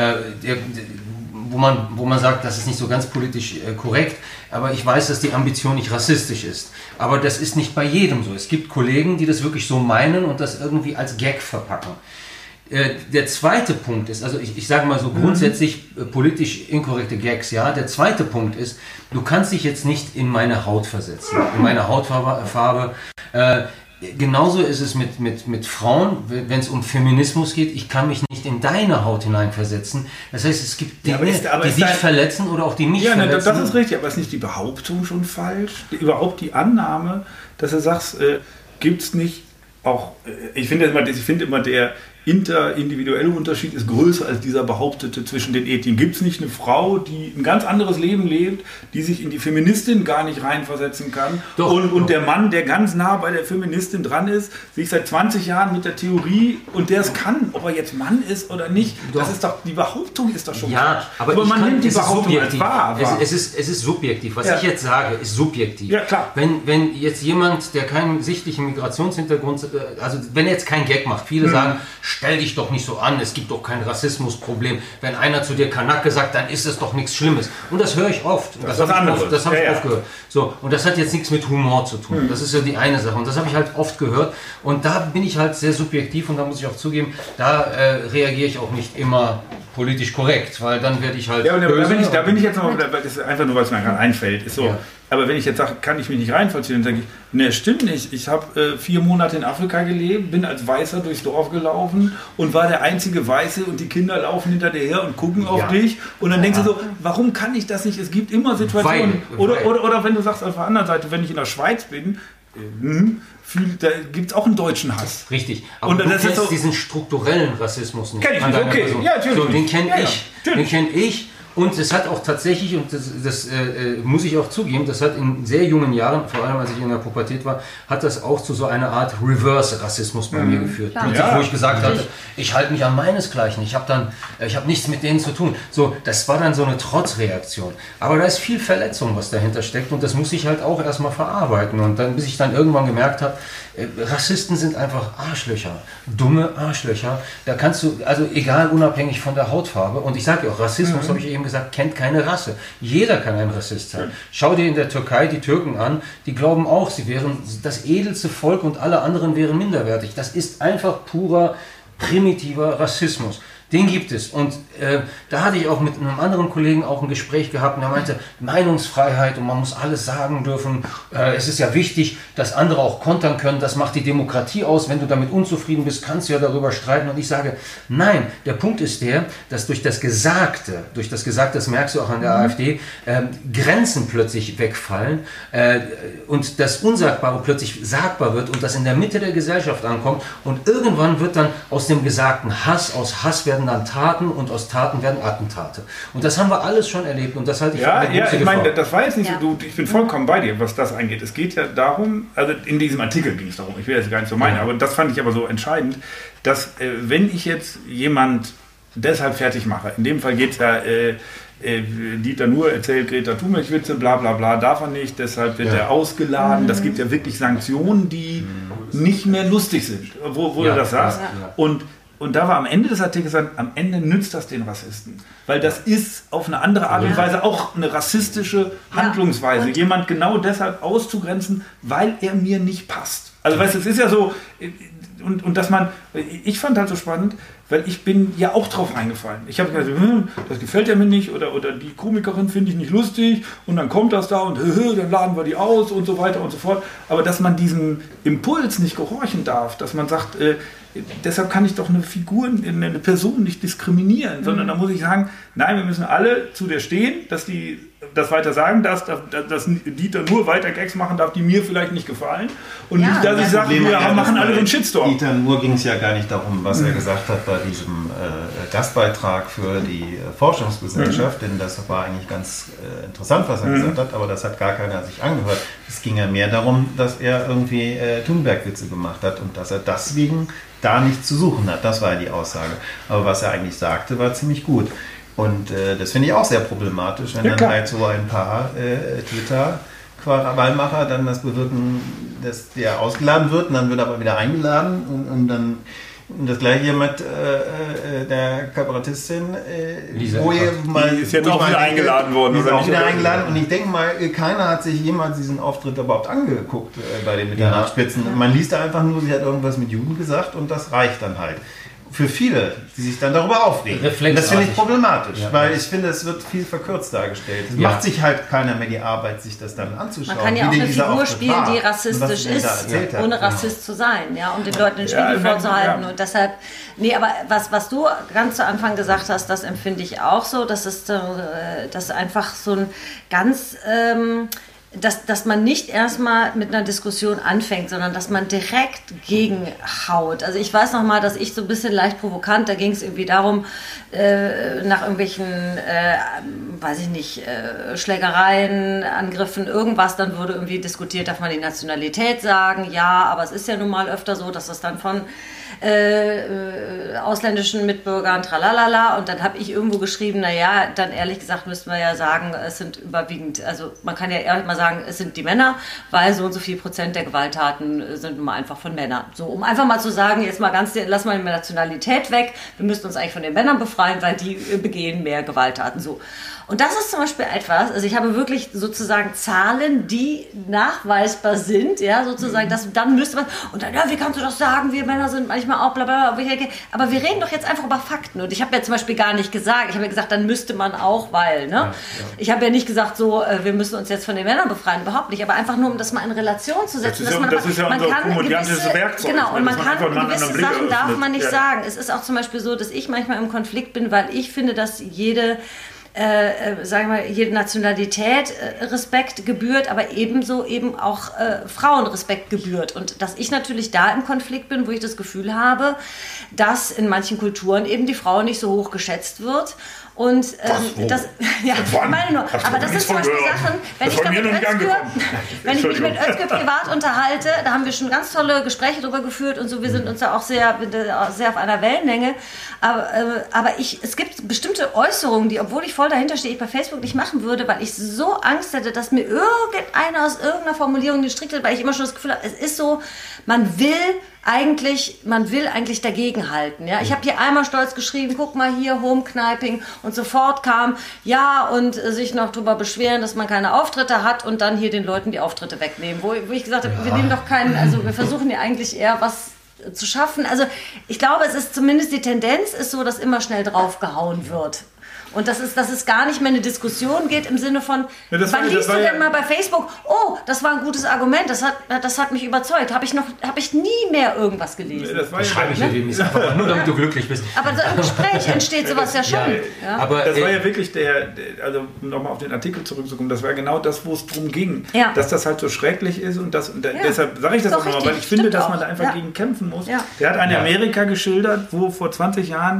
wo man sagt, das ist nicht so ganz politisch korrekt, aber ich weiß, dass die Ambition nicht rassistisch ist. Aber das ist nicht bei jedem so. Es gibt Kollegen, die das wirklich so meinen und das irgendwie als Gag verpacken. Der zweite Punkt ist, also ich sage mal so grundsätzlich politisch inkorrekte Gags, ja. Der zweite Punkt ist, du kannst dich jetzt nicht in meine Haut versetzen, in meine Hautfarbe. Genauso ist es mit Frauen, wenn es um Feminismus geht. Ich kann mich nicht in deine Haut hineinversetzen. Das heißt, es gibt Dinge, die dich verletzen oder auch die mich verletzen. Das ist richtig, aber ist nicht die Behauptung schon falsch? Überhaupt die Annahme, dass du sagst, gibt es nicht auch, ich finde immer der interindividuelle Unterschied ist größer als dieser behauptete zwischen den Ethnien. Gibt es nicht eine Frau, die ein ganz anderes Leben lebt, die sich in die Feministin gar nicht reinversetzen kann? Und der Mann, der ganz nah bei der Feministin dran ist, sich seit 20 Jahren mit der Theorie und der es kann, ob er jetzt Mann ist oder nicht, das ist doch, die Behauptung ist doch schon falsch. Aber man nimmt die Behauptung als wahr. Es ist subjektiv. Was ich jetzt sage, ist subjektiv. Ja, klar. Wenn jetzt jemand, der keinen sichtlichen Migrationshintergrund, also wenn er jetzt keinen Gag macht, viele sagen, stell dich doch nicht so an, es gibt doch kein Rassismusproblem. Wenn einer zu dir Kanake sagt, dann ist es doch nichts Schlimmes. Und das höre ich oft. Das habe ich oft gehört. So, und das hat jetzt nichts mit Humor zu tun. Das ist ja die eine Sache. Und das habe ich halt oft gehört. Und da bin ich halt sehr subjektiv und da muss ich auch zugeben, da reagiere ich auch nicht immer politisch korrekt, weil dann werde ich halt böse. Da bin ich jetzt noch, das ist einfach nur, was mir gerade einfällt. Ist so. Ja. Aber wenn ich jetzt sage, kann ich mich nicht reinvollziehen, dann denke ich, ne, stimmt nicht. Ich habe 4 Monate in Afrika gelebt, bin als Weißer durchs Dorf gelaufen und war der einzige Weiße und die Kinder laufen hinter dir her und gucken auf dich. Und dann denkst du so, warum kann ich das nicht? Es gibt immer Situationen. Oder wenn du sagst auf der anderen Seite, wenn ich in der Schweiz bin, da gibt es auch einen deutschen Hass. Richtig, aber du kennst diesen strukturellen Rassismus nicht. Kenn ich nicht, okay. Ja, natürlich. So, den kenne ich. Und es hat auch tatsächlich, und das muss ich auch zugeben, das hat in sehr jungen Jahren, vor allem als ich in der Pubertät war, hat das auch zu so einer Art Reverse-Rassismus bei mir geführt. Plötzlich, wo ich gesagt hatte, ich halte mich an meinesgleichen, ich habe nichts mit denen zu tun. So, das war dann so eine Trotzreaktion. Aber da ist viel Verletzung, was dahinter steckt und das muss ich halt auch erstmal verarbeiten. Und dann, bis ich dann irgendwann gemerkt habe, Rassisten sind einfach Arschlöcher, dumme Arschlöcher. Da kannst du, also egal, unabhängig von der Hautfarbe, und ich sage ja auch, Rassismus, habe ich eben gesagt, kennt keine Rasse. Jeder kann ein Rassist sein. Schau dir in der Türkei die Türken an, die glauben auch, sie wären das edelste Volk und alle anderen wären minderwertig. Das ist einfach purer, primitiver Rassismus. Den gibt es. Und da hatte ich auch mit einem anderen Kollegen auch ein Gespräch gehabt und er meinte, Meinungsfreiheit und man muss alles sagen dürfen. Es ist ja wichtig, dass andere auch kontern können. Das macht die Demokratie aus. Wenn du damit unzufrieden bist, kannst du ja darüber streiten. Und ich sage, nein, der Punkt ist der, dass durch das Gesagte, das merkst du auch an der AfD, Grenzen plötzlich wegfallen und das Unsagbare plötzlich sagbar wird und das in der Mitte der Gesellschaft ankommt. Und irgendwann wird dann aus dem gesagten Hass, aus Hass werden werden dann Taten und aus Taten werden Attentate. Und das haben wir alles schon erlebt und das halte ich für Ja, eine große ich meine, Gefahr. das war jetzt nicht Ja. so, ich bin vollkommen bei dir, was das angeht. Es geht ja darum, also in diesem Artikel ging es darum, ich will das gar nicht so meinen, aber das fand ich aber so entscheidend, dass wenn ich jetzt jemand deshalb fertig mache, in dem Fall geht es ja, Dieter Nuhr erzählt Greta Thunberg-Witze, bla bla bla, darf er nicht, deshalb wird er ausgeladen. Das gibt ja wirklich Sanktionen, die nicht mehr lustig sind, wo du das sagst. Ja. Und da war am Ende des Artikels, am Ende nützt das den Rassisten. Weil das ist auf eine andere Art und Weise auch eine rassistische Handlungsweise. Und Jemand genau deshalb auszugrenzen, weil er mir nicht passt. Also weißt du, es ist ja so, und dass man, ich fand halt so spannend, weil ich bin ja auch drauf reingefallen. Ich habe gesagt, das gefällt ja mir nicht oder die Komikerin finde ich nicht lustig und dann kommt das da und dann laden wir die aus und so weiter und so fort. Aber dass man diesem Impuls nicht gehorchen darf, dass man sagt, deshalb kann ich doch eine Figur, eine Person nicht diskriminieren, sondern da muss ich sagen, nein, wir müssen alle zu der stehen, dass die das weiter sagen darf, dass Dieter nur weiter Gags machen darf, die mir vielleicht nicht gefallen. Und nicht, dass ich sage, wir machen alle so einen Shitstorm. Dieter Nuhr ging es ja gar nicht darum, was er gesagt hat bei diesem Gastbeitrag für die Forschungsgesellschaft, denn das war eigentlich ganz interessant, was er gesagt hat, aber das hat gar keiner sich angehört. Es ging ja mehr darum, dass er irgendwie Thunberg-Witze gemacht hat und dass er deswegen da nichts zu suchen hat. Das war ja die Aussage. Aber was er eigentlich sagte, war ziemlich gut. Und das finde ich auch sehr problematisch, wenn dann halt so ein paar Twitter-Wahlmacher dann das bewirken, dass der ausgeladen wird und dann wird er aber wieder eingeladen und dann das gleiche mit der Kabarettistin, wo ihr mal, die ist jetzt auch wieder eingeladen worden. Die ist oder auch nicht? wieder eingeladen und ich denke mal, keiner hat sich jemals diesen Auftritt überhaupt angeguckt bei den Mitternachtsspitzen. Man liest da einfach nur, sie hat irgendwas mit Juden gesagt und das reicht dann halt. Für viele, die sich dann darüber aufregen. Das finde ich problematisch, weil ich finde, es wird viel verkürzt dargestellt. Es macht sich halt keiner mehr die Arbeit, sich das dann anzuschauen. Man kann ja auch eine Figur spielen, die rassistisch ist, ohne Rassist zu sein, ja, und den Leuten den Spiegel vorzuhalten. Und deshalb, nee, aber was du ganz zu Anfang gesagt hast, das empfinde ich auch so, das ist einfach so ein ganz... Dass man nicht erstmal mit einer Diskussion anfängt, sondern dass man direkt gegenhaut. Also ich weiß noch mal, dass ich so ein bisschen leicht provokant, da ging es irgendwie darum, nach irgendwelchen, weiß ich nicht, Schlägereien, Angriffen, irgendwas, dann wurde irgendwie diskutiert, darf man die Nationalität sagen? Ja, aber es ist ja nun mal öfter so, dass das dann von ausländischen Mitbürgern, tralalala, und dann habe ich irgendwo geschrieben, naja, dann ehrlich gesagt müssten wir ja sagen, es sind überwiegend, also man kann ja ehrlich mal sagen, es sind die Männer, weil so und so viel Prozent der Gewalttaten sind nun mal einfach von Männern. So, um einfach mal zu sagen, jetzt mal lass mal die Nationalität weg, wir müssten uns eigentlich von den Männern befreien, weil die begehen mehr Gewalttaten, so. Und das ist zum Beispiel etwas, also ich habe wirklich sozusagen Zahlen, die nachweisbar sind, ja, sozusagen, dann müsste man, und dann, ja, wie kannst du das sagen, wir Männer sind manchmal auch bla bla bla, aber wir reden doch jetzt einfach über Fakten und ich habe ja zum Beispiel gar nicht gesagt, ich habe ja gesagt, dann müsste man auch, weil, ne, ich habe ja nicht gesagt so, wir müssen uns jetzt von den Männern befreien, überhaupt nicht, aber einfach nur, um das mal in Relation zu setzen, das ist ja unser komödiantisches Werkzeug. Genau, und man kann gewisse Sachen darf man nicht sagen. Es ist auch zum Beispiel so, dass ich manchmal im Konflikt bin, weil ich finde, dass jede Nationalität Respekt gebührt, aber ebenso eben auch Frauen Respekt gebührt. Und dass ich natürlich da im Konflikt bin, wo ich das Gefühl habe, dass in manchen Kulturen eben die Frau nicht so hoch geschätzt wird. Und das, ja, ich meine nur, aber das sind zum Beispiel Sachen, wenn ich mich mit Özgür privat unterhalte, da haben wir schon ganz tolle Gespräche drüber geführt und so, wir sind uns da auch sehr auf einer Wellenlänge, aber es gibt bestimmte Äußerungen, die, obwohl ich voll dahinter stehe, ich bei Facebook nicht machen würde, weil ich so Angst hätte, dass mir irgendeiner aus irgendeiner Formulierung den Strick tritt, weil ich immer schon das Gefühl habe, es ist so, man will eigentlich dagegenhalten. Ja? Ich habe hier einmal stolz geschrieben, guck mal hier, Homekniping, und sofort kam, ja, und sich noch drüber beschweren, dass man keine Auftritte hat und dann hier den Leuten die Auftritte wegnehmen. Wo ich gesagt habe, wir nehmen doch keinen, also wir versuchen ja eigentlich eher was zu schaffen. Also ich glaube, es ist zumindest die Tendenz ist so, dass immer schnell draufgehauen wird. Und dass es gar nicht mehr eine Diskussion geht im Sinne von, wann liest du denn mal bei Facebook, oh, das war ein gutes Argument, das hat mich überzeugt, habe ich nie mehr irgendwas gelesen. Das schreibe ich dir demnächst einfach nur, damit du glücklich bist. Aber so im Gespräch entsteht sowas ja schon. Ja. Aber das war ja wirklich also um nochmal auf den Artikel zurückzukommen, das war genau das, wo es drum ging, dass das halt so schrecklich ist und deshalb sage ich das auch nochmal, weil ich finde, dass man da einfach gegen kämpfen muss. Ja. Der hat eine Amerika geschildert, wo vor 20 Jahren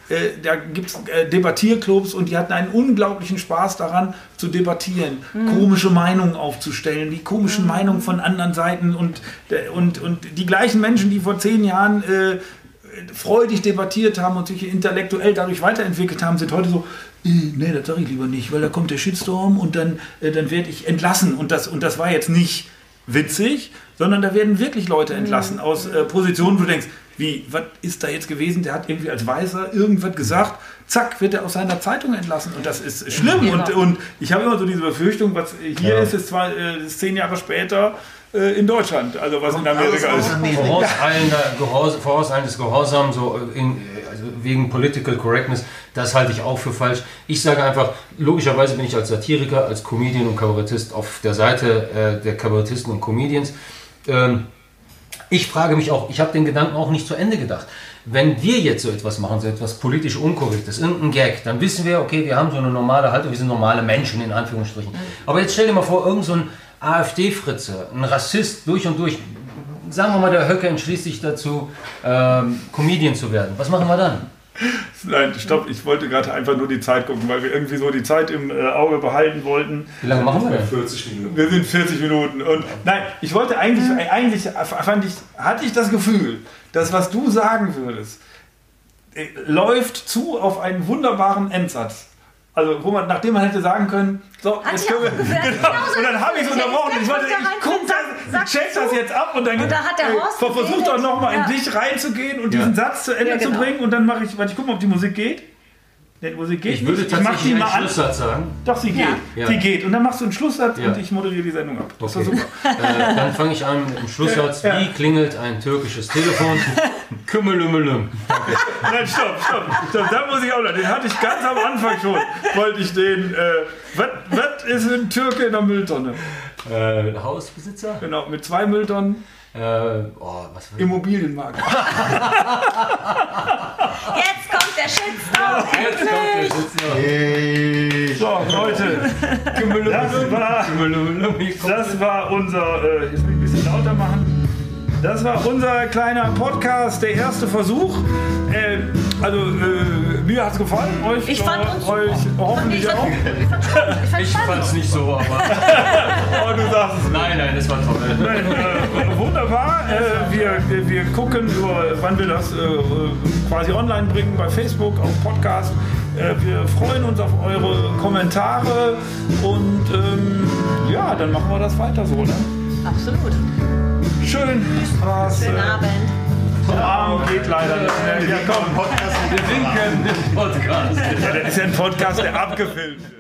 da gibt es Debattierclubs und die hatten einen unglaublichen Spaß daran zu debattieren, komische Meinungen aufzustellen, die komischen Meinungen von anderen Seiten und die gleichen Menschen, die vor 10 Jahren freudig debattiert haben und sich intellektuell dadurch weiterentwickelt haben, sind heute so, nee, das sage ich lieber nicht, weil da kommt der Shitstorm und dann werde ich entlassen und das war jetzt nicht witzig, sondern da werden wirklich Leute entlassen aus Positionen, wo du denkst, wie, was ist da jetzt gewesen? Der hat irgendwie als Weißer irgendwas gesagt, zack, wird er aus seiner Zeitung entlassen und das ist schlimm. Genau. Und ich habe immer so diese Befürchtung, was hier ist, ist zwar 10 Jahre später in Deutschland, also was in Amerika ist. Vorauseilendes Gehorsam, so also wegen Political Correctness, das halte ich auch für falsch. Ich sage einfach, logischerweise bin ich als Satiriker, als Comedian und Kabarettist auf der Seite der Kabarettisten und Comedians. Ich frage mich auch, ich habe den Gedanken auch nicht zu Ende gedacht. Wenn wir jetzt so etwas machen, so etwas politisch Unkorrektes, irgendein Gag, dann wissen wir, okay, wir haben so eine normale Haltung, wir sind normale Menschen in Anführungsstrichen. Aber jetzt stell dir mal vor, irgend so ein AfD-Fritze, ein Rassist durch und durch, sagen wir mal, der Höcke entschließt sich dazu, Comedian zu werden. Was machen wir dann? Nein, stopp, ich wollte gerade einfach nur die Zeit gucken, weil wir irgendwie so die Zeit im Auge behalten wollten. Wie lange machen wir denn? 40 Minuten. Wir sind 40 Minuten. Und nein, ich wollte eigentlich hatte ich das Gefühl, dass was du sagen würdest, läuft zu auf einen wunderbaren Endsatz. Also, nachdem man hätte sagen können, so, jetzt können wir. Genau. Und dann habe ich es unterbrochen. Ich check das jetzt ab und dann da hat der Horst versuch doch nochmal in dich reinzugehen und diesen Satz zu Ende zu bringen und dann mache ich, ich gucke mal, ob die Musik geht. Die Musik geht ich würde nicht. tatsächlich einen Schlusssatz sagen. Doch, sie geht. Ja. Sie geht. Und dann machst du einen Schlusssatz und ich moderiere die Sendung ab. Das ist super. Dann fange ich an mit dem Schlusssatz. Wie klingelt ein türkisches Telefon? Kümmelümmelüm. Nein, stopp. Da muss ich auch noch. Den hatte ich ganz am Anfang schon. Wollte ich den. Was ist ein Türke in der Mülltonne? Hausbesitzer? Genau, mit 2 Mülltonnen. Immobilienmakler. Jetzt kommt der Shitstorm. So, Leute. Das war unser. Jetzt will ich ein bisschen lauter machen. Das war unser kleiner Podcast, der erste Versuch. Mir hat es gefallen. Ich fand uns hoffentlich auch. Ich fand es nicht so, aber. Oh, du sagst es. Nein, das war toll. Wunderbar. Wir gucken, wann wir das quasi online bringen bei Facebook, auf Podcast. Wir freuen uns auf eure Kommentare und dann machen wir das weiter so. Ne? Absolut. Schön. Schönen Abend. Zum Abend geht leider nicht mehr. Wir winken den Podcast. Ja, das ist ja ein Podcast, der abgefilmt wird.